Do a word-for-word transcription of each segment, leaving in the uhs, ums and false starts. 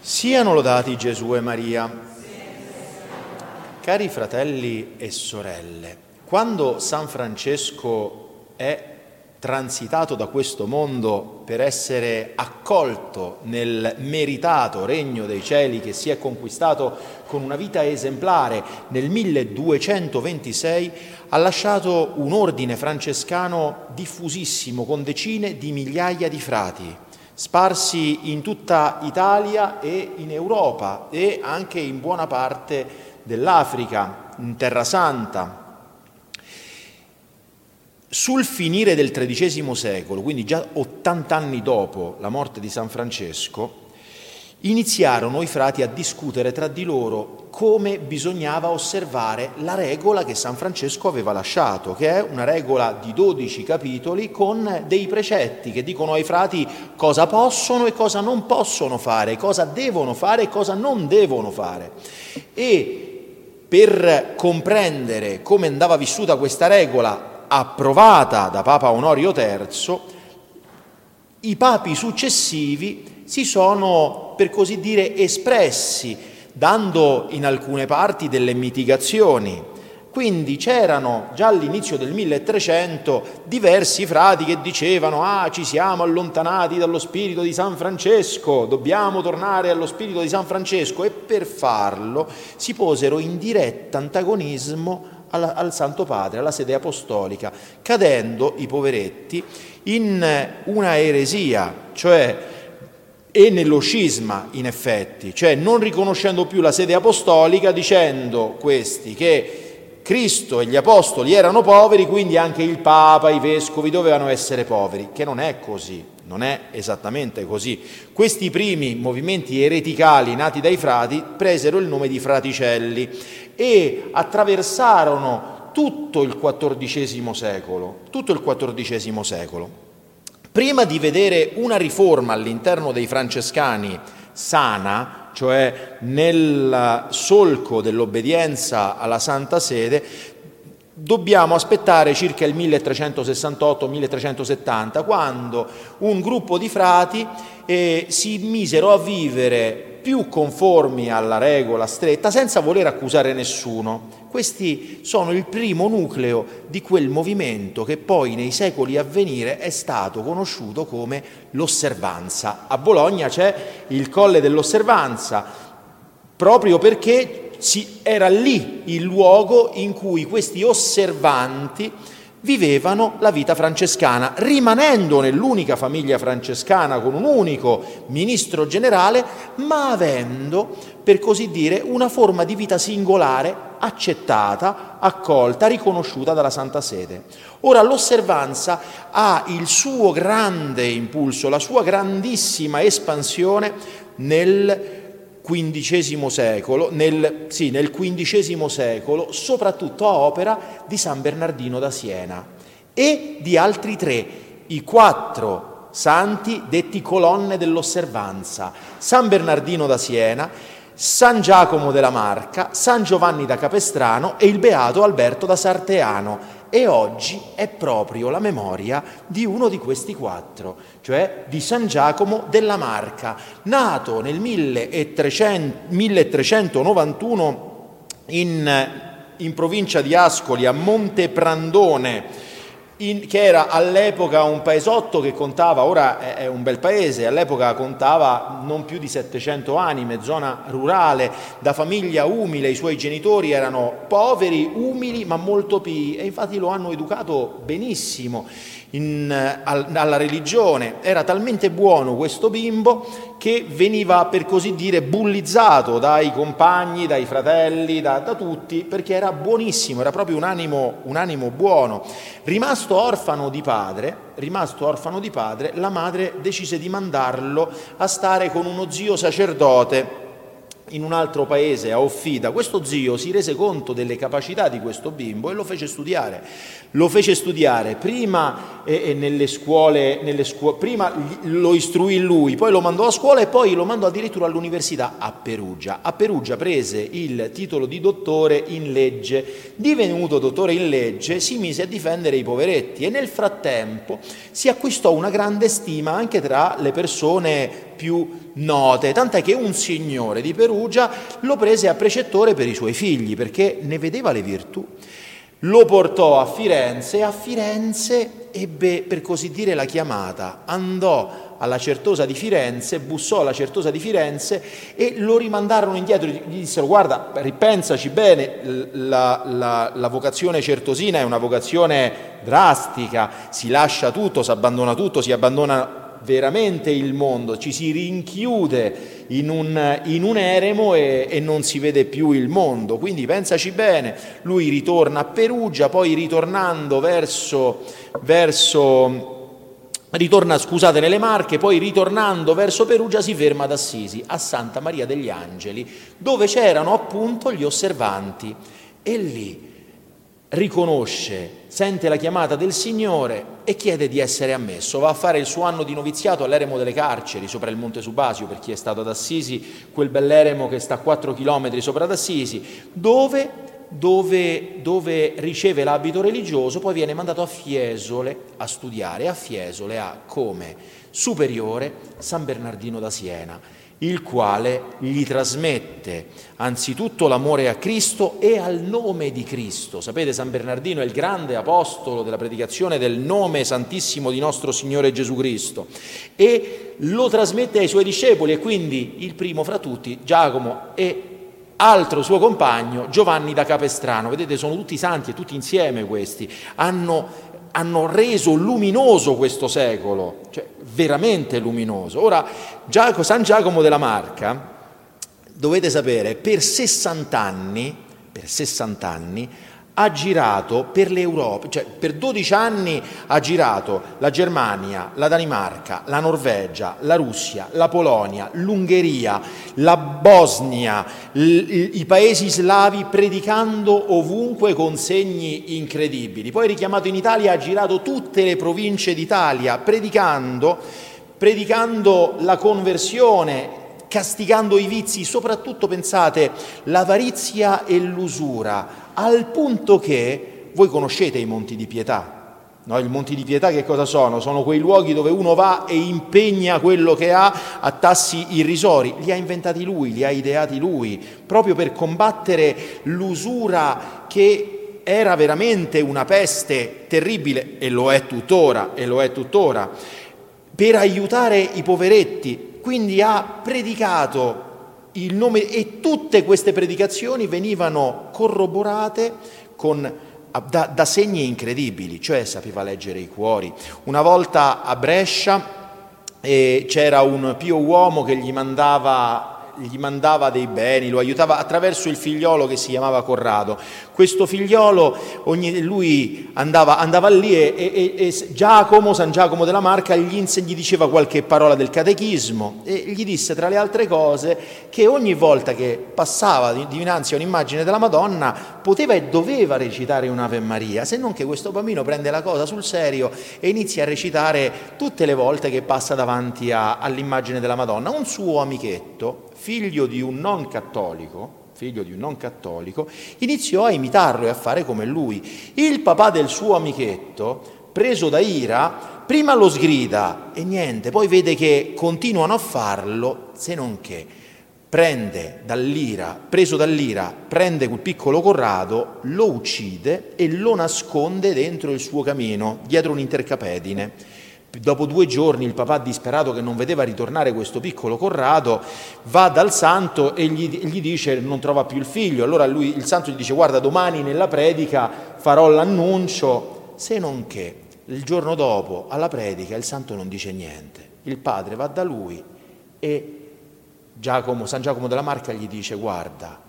Siano lodati Gesù e Maria. Cari fratelli e sorelle, quando San Francesco è transitato da questo mondo per essere accolto nel meritato regno dei cieli che si è conquistato con una vita esemplare nel milleduecentoventisei, ha lasciato un ordine francescano diffusissimo con decine di migliaia di frati, sparsi in tutta Italia e in Europa e anche in buona parte dell'Africa, in Terra Santa. Sul finire del tredicesimo secolo, quindi già ottanta anni dopo la morte di San Francesco, iniziarono i frati a discutere tra di loro come bisognava osservare la regola che San Francesco aveva lasciato, che è una regola di dodici capitoli con dei precetti che dicono ai frati cosa possono e cosa non possono fare, cosa devono fare e cosa non devono fare. E per comprendere come andava vissuta questa regola, approvata da Papa Onorio terzo, i papi successivi si sono, per così dire, espressi, dando in alcune parti delle mitigazioni. Quindi c'erano già all'inizio del milletrecento diversi frati che dicevano ah, ci siamo allontanati dallo spirito di San Francesco, dobbiamo tornare allo spirito di San Francesco, e per farlo si posero in diretto antagonismo al, al Santo Padre, alla sede apostolica, cadendo i poveretti in una eresia, cioè e nello scisma in effetti, cioè non riconoscendo più la sede apostolica, dicendo questi che Cristo e gli apostoli erano poveri, quindi anche il Papa, i vescovi dovevano essere poveri, che non è così, non è esattamente così. Questi primi movimenti ereticali nati dai frati presero il nome di fraticelli e attraversarono tutto il quattordicesimo secolo, tutto il quattordicesimo secolo. Prima di vedere una riforma all'interno dei francescani sana, cioè nel solco dell'obbedienza alla Santa Sede, dobbiamo aspettare circa il milletrecentosessantotto milletrecentosettanta, quando un gruppo di frati eh, si misero a vivere più conformi alla regola stretta, senza voler accusare nessuno. Questi sono il primo nucleo di quel movimento che poi nei secoli a venire è stato conosciuto come l'osservanza. A Bologna c'è il Colle dell'Osservanza, proprio perché si, era lì il luogo in cui questi osservanti vivevano la vita francescana, rimanendo nell'unica famiglia francescana con un unico ministro generale, ma avendo, per così dire, una forma di vita singolare, accettata, accolta, riconosciuta dalla Santa Sede. Ora l'osservanza ha il suo grande impulso, la sua grandissima espansione nel quindicesimo secolo, nel, sì, nel quindicesimo secolo, soprattutto a opera di San Bernardino da Siena e di altri tre, i quattro santi detti colonne dell'osservanza: San Bernardino da Siena, San Giacomo della Marca, San Giovanni da Capestrano e il beato Alberto da Sarteano. E oggi è proprio la memoria di uno di questi quattro, cioè di San Giacomo della Marca, nato nel milletrecentonovantuno in, in provincia di Ascoli, a Monteprandone, In, che era all'epoca un paesotto che contava, ora è, è un bel paese, all'epoca contava non più di settecento anime, zona rurale, da famiglia umile, i suoi genitori erano poveri, umili ma molto pii, e infatti lo hanno educato benissimo in, al, alla religione. Era talmente buono questo bimbo che veniva, per così dire, bullizzato dai compagni, dai fratelli, da, da tutti, perché era buonissimo, era proprio un animo, un animo buono. Rimasto orfano di padre, rimasto orfano di padre, la madre decise di mandarlo a stare con uno zio sacerdote in un altro paese, a Offida. Questo zio si rese conto delle capacità di questo bimbo e lo fece studiare. Lo fece studiare prima eh, nelle scuole, nelle scuole, prima lo istruì lui, poi lo mandò a scuola e poi lo mandò addirittura all'università a Perugia. A Perugia prese il titolo di dottore in legge. Divenuto dottore in legge, si mise a difendere i poveretti e nel frattempo si acquistò una grande stima anche tra le persone più note, tant'è che un signore di Perugia lo prese a precettore per i suoi figli, perché ne vedeva le virtù. Lo portò a Firenze e a Firenze ebbe, per così dire, la chiamata. Andò alla Certosa di Firenze, bussò alla Certosa di Firenze e lo rimandarono indietro, gli dissero: guarda, ripensaci bene, la, la, la vocazione certosina è una vocazione drastica, si lascia tutto, si abbandona tutto, si abbandona veramente il mondo, ci si rinchiude in un, in un eremo e, e non si vede più il mondo, quindi pensaci bene. Lui ritorna a Perugia, poi ritornando verso, verso ritorna, scusate, nelle Marche, poi ritornando verso Perugia si ferma ad Assisi, a Santa Maria degli Angeli, dove c'erano appunto gli osservanti, e lì riconosce, sente la chiamata del Signore e chiede di essere ammesso. Va a fare il suo anno di noviziato all'eremo delle Carceri, sopra il Monte Subasio, per chi è stato ad Assisi, quel bell'eremo che sta a quattro chilometri sopra ad Assisi, dove, dove, dove riceve l'abito religioso, poi viene mandato a Fiesole a studiare. A Fiesole ha come superiore San Bernardino da Siena, il quale gli trasmette anzitutto l'amore a Cristo e al nome di Cristo. Sapete, San Bernardino è il grande apostolo della predicazione del nome santissimo di nostro Signore Gesù Cristo, e lo trasmette ai suoi discepoli, e quindi il primo fra tutti Giacomo e altro suo compagno Giovanni da Capestrano. Vedete, sono tutti santi e tutti insieme questi hanno hanno reso luminoso questo secolo, cioè veramente luminoso. Ora, Giacomo, San Giacomo della Marca, dovete sapere, per sessanta anni, per sessanta anni ha girato per l'Europa, cioè per dodici anni ha girato la Germania, la Danimarca, la Norvegia, la Russia, la Polonia, l'Ungheria, la Bosnia, l- i paesi slavi, predicando ovunque con segni incredibili. Poi richiamato in Italia, ha girato tutte le province d'Italia predicando, predicando la conversione, castigando i vizi, soprattutto, pensate, l'avarizia e l'usura, al punto che voi conoscete i Monti di Pietà, no? I Monti di Pietà che cosa sono? Sono quei luoghi dove uno va e impegna quello che ha a tassi irrisori. Li ha inventati lui, li ha ideati lui, proprio per combattere l'usura, che era veramente una peste terribile, e lo è tuttora, e lo è tuttora, per aiutare i poveretti. Quindi ha predicato il nome, e tutte queste predicazioni venivano corroborate con, da, da segni incredibili, cioè sapeva leggere i cuori. Una volta a Brescia eh, c'era un pio uomo che gli mandava... gli mandava dei beni, lo aiutava attraverso il figliolo che si chiamava Corrado. Questo figliolo, ogni, lui andava, andava lì e, e, e Giacomo, San Giacomo della Marca, gli, inseg- gli diceva qualche parola del catechismo, e gli disse, tra le altre cose, che ogni volta che passava dinanzi a un'immagine della Madonna poteva e doveva recitare un'Ave Maria, se non che questo bambino prende la cosa sul serio e inizia a recitare tutte le volte che passa davanti a, all'immagine della Madonna. Un suo amichetto, figlio di un non cattolico, figlio di un non cattolico, iniziò a imitarlo e a fare come lui. Il papà del suo amichetto, preso da ira, prima lo sgrida e niente, poi vede che continuano a farlo, se non che prende dall'ira, preso dall'ira, prende quel piccolo Corrado, lo uccide e lo nasconde dentro il suo camino, dietro un'intercapedine. Dopo due giorni il papà, disperato che non vedeva ritornare questo piccolo Corrado, va dal santo e gli, gli dice non trova più il figlio. Allora lui, il santo gli dice guarda, domani nella predica farò l'annuncio, se non che il giorno dopo alla predica il santo non dice niente. Il padre va da lui e Giacomo, San Giacomo della Marca gli dice guarda,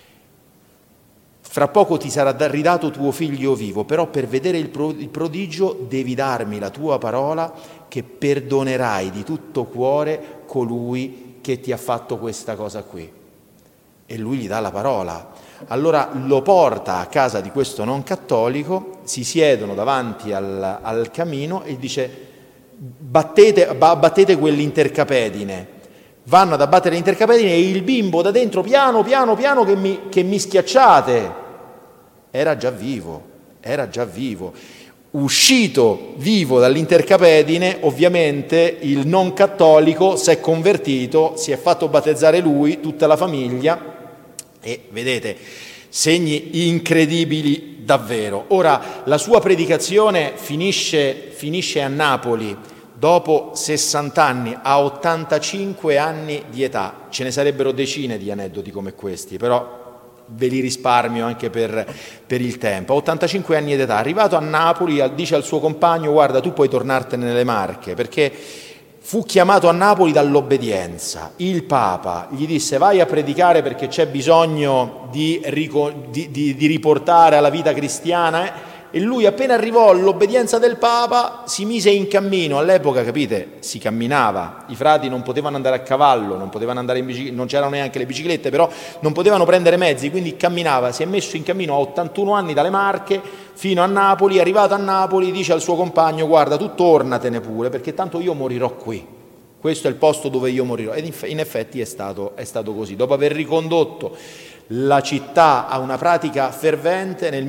fra poco ti sarà ridato tuo figlio vivo, però per vedere il prodigio devi darmi la tua parola che perdonerai di tutto cuore colui che ti ha fatto questa cosa qui. E lui gli dà la parola. Allora lo porta a casa di questo non cattolico, si siedono davanti al, al camino e dice battete, battete quell'intercapedine. Vanno ad abbattere l'intercapedine e il bimbo da dentro, piano, piano, piano, che mi, che mi schiacciate. Era già vivo, era già vivo. uscito vivo dall'intercapedine, ovviamente il non cattolico si è convertito, si è fatto battezzare lui, tutta la famiglia, e vedete, segni incredibili davvero. Ora, la sua predicazione finisce, finisce a Napoli dopo sessanta anni, a ottantacinque anni di età. Ce ne sarebbero decine di aneddoti come questi, però ve li risparmio anche per, per il tempo. A ottantacinque anni di età, arrivato a Napoli, dice al suo compagno: guarda, tu puoi tornartene nelle Marche, perché fu chiamato a Napoli dall'obbedienza. Il Papa gli disse: vai a predicare perché c'è bisogno di, di, di, di riportare alla vita cristiana, eh? E lui, appena arrivò all'obbedienza del Papa, si mise in cammino. All'epoca, capite, si camminava, i frati non potevano andare a cavallo, non potevano andare in bicicletta, non c'erano neanche le biciclette, però non potevano prendere mezzi, quindi camminava. Si è messo in cammino a ottantuno anni dalle Marche fino a Napoli. Arrivato a Napoli dice al suo compagno: guarda, tu tornatene pure, perché tanto io morirò qui, questo è il posto dove io morirò. Ed in effetti è stato, è stato così. Dopo aver ricondotto la città a una pratica fervente, nel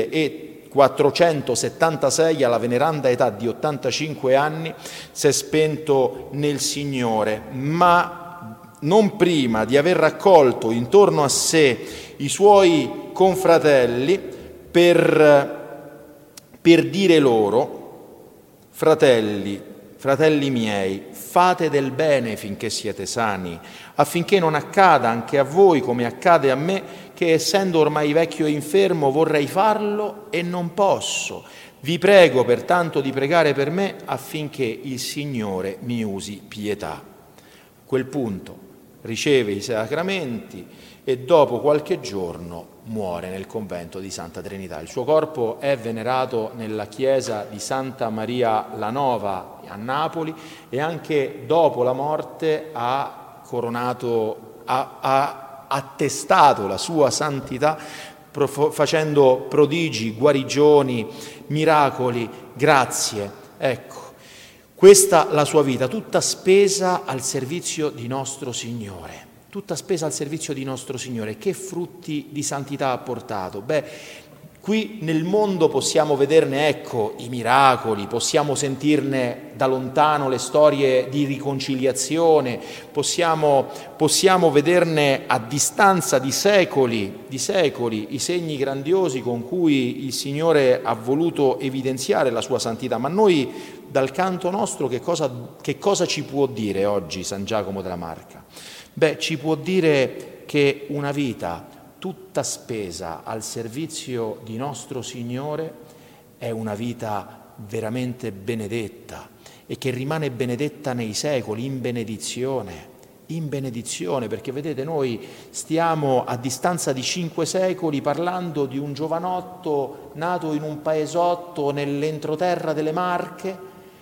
millequattrocentosettantasei, alla veneranda età di ottantacinque anni, si è spento nel Signore, ma non prima di aver raccolto intorno a sé i suoi confratelli per, per dire loro: fratelli, fratelli miei, fate del bene finché siete sani, affinché non accada anche a voi come accade a me, che essendo ormai vecchio e infermo vorrei farlo e non posso. Vi prego pertanto di pregare per me affinché il Signore mi usi pietà. A quel punto riceve i sacramenti e dopo qualche giorno muore nel convento di Santa Trinità. Il suo corpo è venerato nella chiesa di Santa Maria la Nova a Napoli, e anche dopo la morte ha coronato, ha, ha attestato la sua santità facendo prodigi, guarigioni, miracoli, grazie. Ecco, questa la sua vita, tutta spesa al servizio di nostro Signore. Tutta spesa al servizio di nostro Signore. Che frutti di santità ha portato? Beh, qui nel mondo possiamo vederne, ecco, i miracoli, possiamo sentirne da lontano le storie di riconciliazione, possiamo, possiamo vederne a distanza di secoli, di secoli, i segni grandiosi con cui il Signore ha voluto evidenziare la sua santità. Ma noi, dal canto nostro, che cosa, che cosa ci può dire oggi San Giacomo della Marca? Beh, ci può dire che una vita tutta spesa al servizio di nostro Signore è una vita veramente benedetta, e che rimane benedetta nei secoli, in benedizione, in benedizione, perché vedete, noi stiamo a distanza di cinque secoli parlando di un giovanotto nato in un paesotto nell'entroterra delle Marche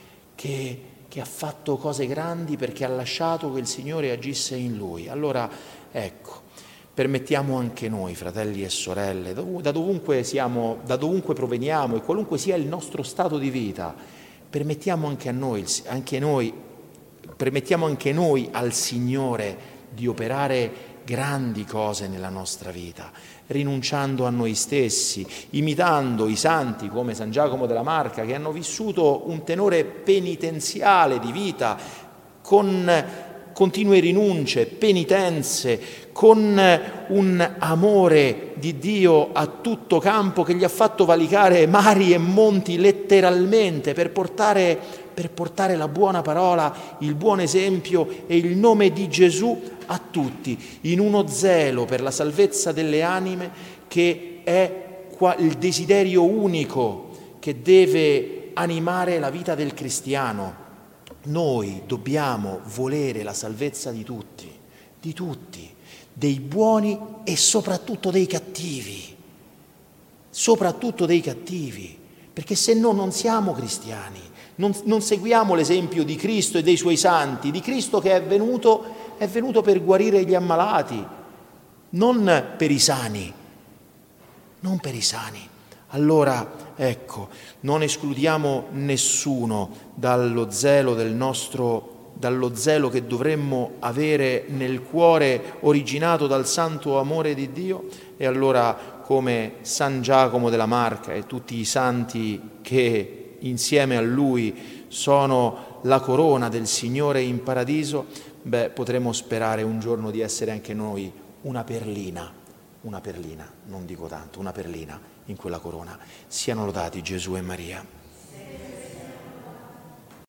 che che ha fatto cose grandi perché ha lasciato che il Signore agisse in lui. Allora, ecco, permettiamo anche noi, fratelli e sorelle, da dovunque siamo, da dovunque proveniamo e qualunque sia il nostro stato di vita, permettiamo anche a noi, anche noi, permettiamo anche noi al Signore di operare grandi cose nella nostra vita, rinunciando a noi stessi, imitando i santi come San Giacomo della Marca, che hanno vissuto un tenore penitenziale di vita, con continue rinunce, penitenze, con un amore di Dio a tutto campo che gli ha fatto valicare mari e monti letteralmente per portare, per portare la buona parola, il buon esempio e il nome di Gesù a tutti, in uno zelo per la salvezza delle anime che è il desiderio unico che deve animare la vita del cristiano. Noi dobbiamo volere la salvezza di tutti, di tutti, dei buoni e soprattutto dei cattivi, soprattutto dei cattivi, perché se no non siamo cristiani, non, non seguiamo l'esempio di Cristo e dei suoi santi, di Cristo che è venuto È venuto per guarire gli ammalati, non per i sani, non per i sani. Allora, ecco, non escludiamo nessuno dallo zelo del nostro, dallo zelo che dovremmo avere nel cuore originato dal santo amore di Dio, e allora come San Giacomo della Marca e tutti i santi che insieme a lui sono la corona del Signore in paradiso, beh, potremo sperare un giorno di essere anche noi una perlina, una perlina, non dico tanto, una perlina in quella corona. Siano lodati Gesù e Maria.